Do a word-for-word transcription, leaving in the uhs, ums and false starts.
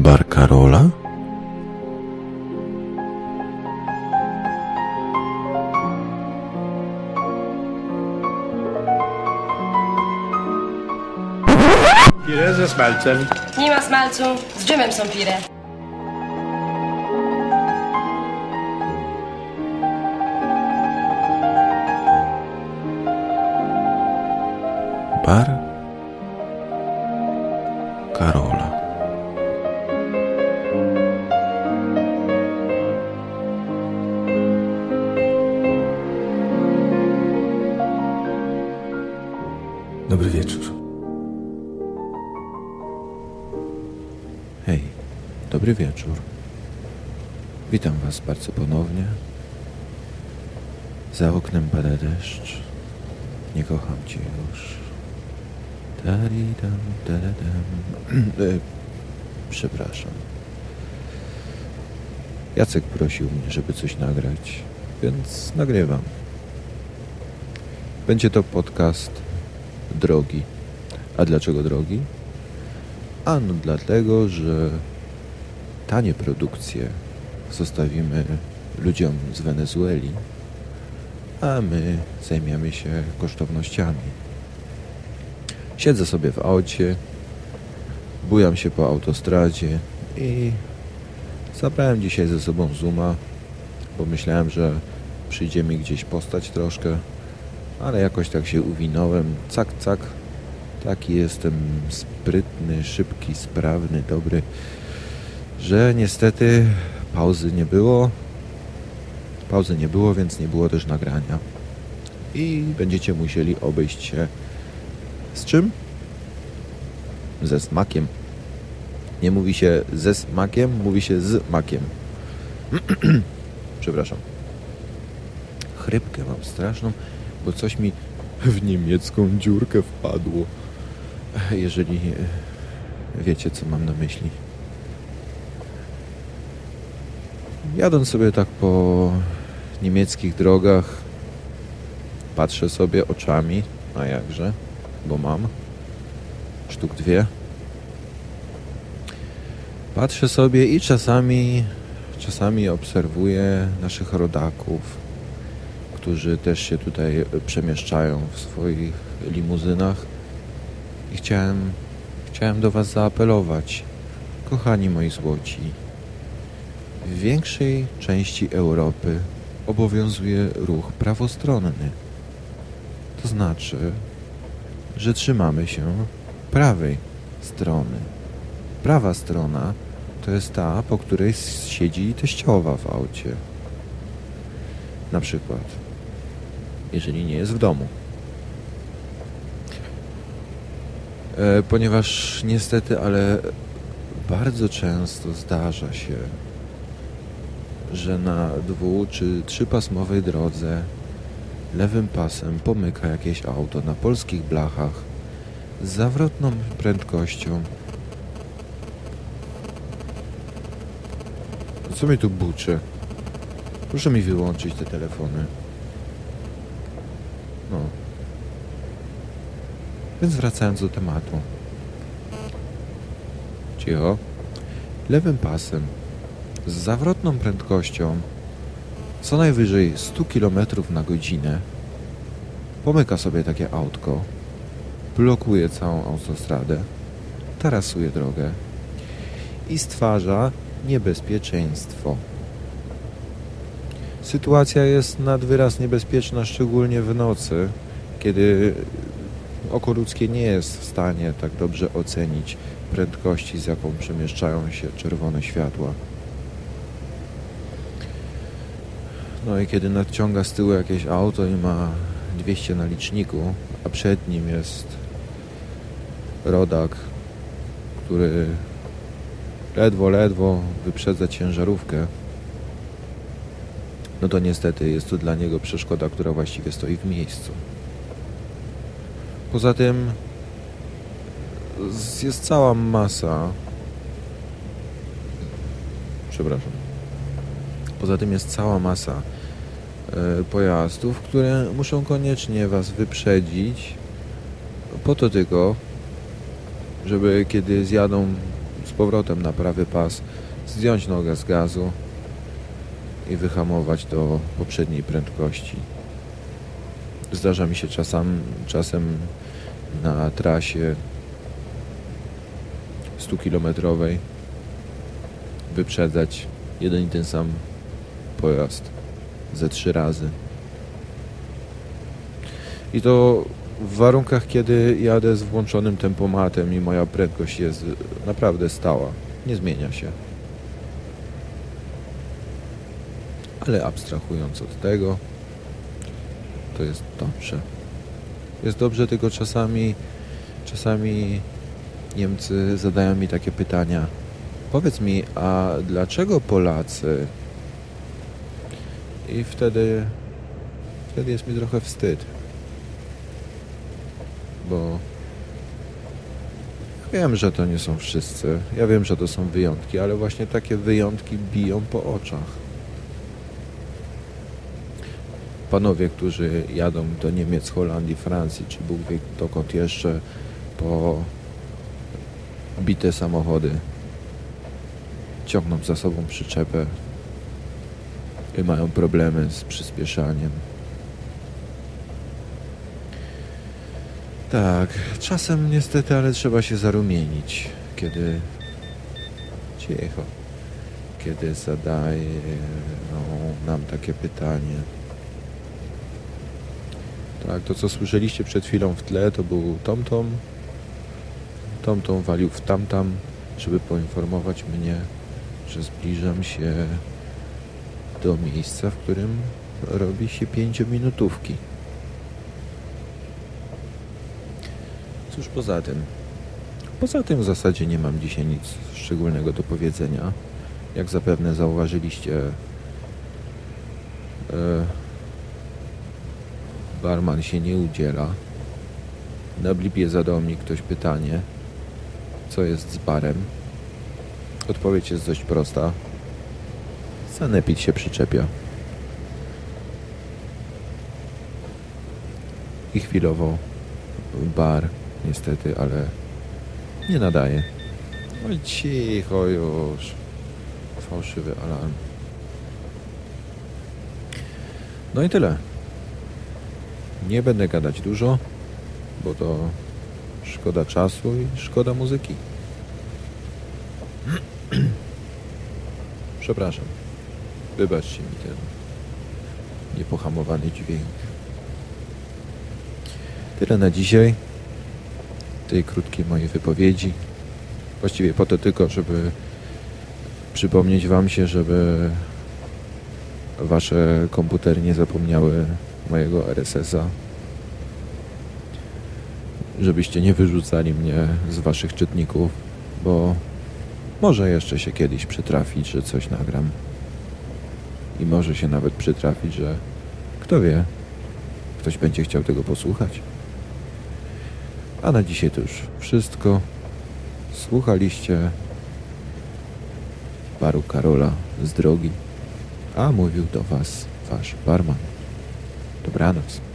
Bar Karola? Pire ze smalcem. Nie ma smalcu, z dżemem są pire. Bar Karola. Dobry wieczór. Hej, dobry wieczór. Witam was bardzo ponownie. Za oknem pada deszcz. Nie kocham cię już. Taridam, taradam. E, Przepraszam. Jacek prosił mnie, żeby coś nagrać, więc nagrywam. Będzie to podcast drogi. A dlaczego drogi? Ano dlatego, że tanie produkcje zostawimy ludziom z Wenezueli, a my zajmiemy się kosztownościami. Siedzę sobie w aucie, bujam się po autostradzie i zabrałem dzisiaj ze sobą Zooma, bo myślałem, że przyjdzie mi gdzieś postać troszkę, ale jakoś tak się uwinąłem, cak, cak. Taki jestem sprytny, szybki, sprawny, dobry, że niestety pauzy nie było. Pauzy nie było, więc nie było też nagrania. I będziecie musieli obejść się z czym? Ze smakiem. Nie mówi się ze smakiem, mówi się z makiem. Przepraszam. Chrypkę mam straszną, bo coś mi w niemiecką dziurkę wpadło. Jeżeli wiecie, co mam na myśli. Jadąc sobie tak po niemieckich drogach, patrzę sobie oczami, a jakże, bo mam sztuk dwie. Patrzę sobie i czasami, czasami obserwuję naszych rodaków, którzy też się tutaj przemieszczają w swoich limuzynach. I chciałem, chciałem do was zaapelować, kochani moi złoci. W większej części Europy obowiązuje ruch prawostronny. To znaczy, że trzymamy się prawej strony. Prawa strona to jest ta, po której siedzi teściowa w aucie. Na przykład, jeżeli nie jest w domu. E, ponieważ niestety, ale bardzo często zdarza się, że na dwu- czy trzypasmowej drodze lewym pasem pomyka jakieś auto na polskich blachach z zawrotną prędkością. Co mi tu buczy? Proszę mi wyłączyć te telefony. No. Więc wracając do tematu. Cicho. Lewym pasem z zawrotną prędkością co najwyżej sto kilometrów na godzinę pomyka sobie takie autko, blokuje całą autostradę, tarasuje drogę i stwarza niebezpieczeństwo. Sytuacja jest nad wyraz niebezpieczna, szczególnie w nocy, kiedy oko ludzkie nie jest w stanie tak dobrze ocenić prędkości, z jaką przemieszczają się czerwone światła. No i kiedy nadciąga z tyłu jakieś auto i ma dwieście na liczniku, a przed nim jest rodak, który ledwo, ledwo wyprzedza ciężarówkę, no to niestety jest to dla niego przeszkoda, która właściwie stoi w miejscu. Poza tym jest cała masa przepraszam poza tym jest cała masa e, pojazdów, które muszą koniecznie was wyprzedzić po to tylko, żeby kiedy zjadą z powrotem na prawy pas, zdjąć nogę z gazu i wyhamować do poprzedniej prędkości. Zdarza mi się czasem, czasem na trasie stukilometrowej wyprzedzać jeden i ten sam pojazd ze trzy razy. I to w warunkach, kiedy jadę z włączonym tempomatem i moja prędkość jest naprawdę stała. Nie zmienia się. Ale abstrahując od tego, to jest dobrze. Jest dobrze, tylko czasami czasami Niemcy zadają mi takie pytania. Powiedz mi, a dlaczego Polacy? I wtedy wtedy jest mi trochę wstyd. Bo ja wiem, że to nie są wszyscy. Ja wiem, że to są wyjątki, ale właśnie takie wyjątki biją po oczach. Panowie, którzy jadą do Niemiec, Holandii, Francji, czy Bóg wie dokąd jeszcze, po bite samochody, ciągną za sobą przyczepę i mają problemy z przyspieszaniem. Tak, czasem niestety, ale trzeba się zarumienić, kiedy cicho, kiedy zadaje no, nam takie pytanie. Tak, to co słyszeliście przed chwilą w tle, to był TomTom. TomTom walił w tamtam, żeby poinformować mnie, że zbliżam się do miejsca, w którym robi się pięciominutówki. Cóż poza tym? Poza tym w zasadzie nie mam dzisiaj nic szczególnego do powiedzenia. Jak zapewne zauważyliście, e, barman się nie udziela. Na blipie zadał mi ktoś pytanie, co jest z barem. Odpowiedź jest dość prosta. Sanepid się przyczepia. I chwilowo bar niestety, ale nie nadaje. Oj, cicho już. Fałszywy alarm. No i tyle. Nie będę gadać dużo, bo to szkoda czasu i szkoda muzyki. Przepraszam. Wybaczcie mi ten niepohamowany dźwięk. Tyle na dzisiaj. Tej krótkiej mojej wypowiedzi. Właściwie po to tylko, żeby przypomnieć wam się, żeby wasze komputery nie zapomniały mojego R S S-a. Żebyście nie wyrzucali mnie z waszych czytników, bo może jeszcze się kiedyś przytrafić, że coś nagram. I może się nawet przytrafić, że kto wie, ktoś będzie chciał tego posłuchać. A na dzisiaj to już wszystko. Słuchaliście baru Karola z drogi, a mówił do was wasz barman. Dobranoc.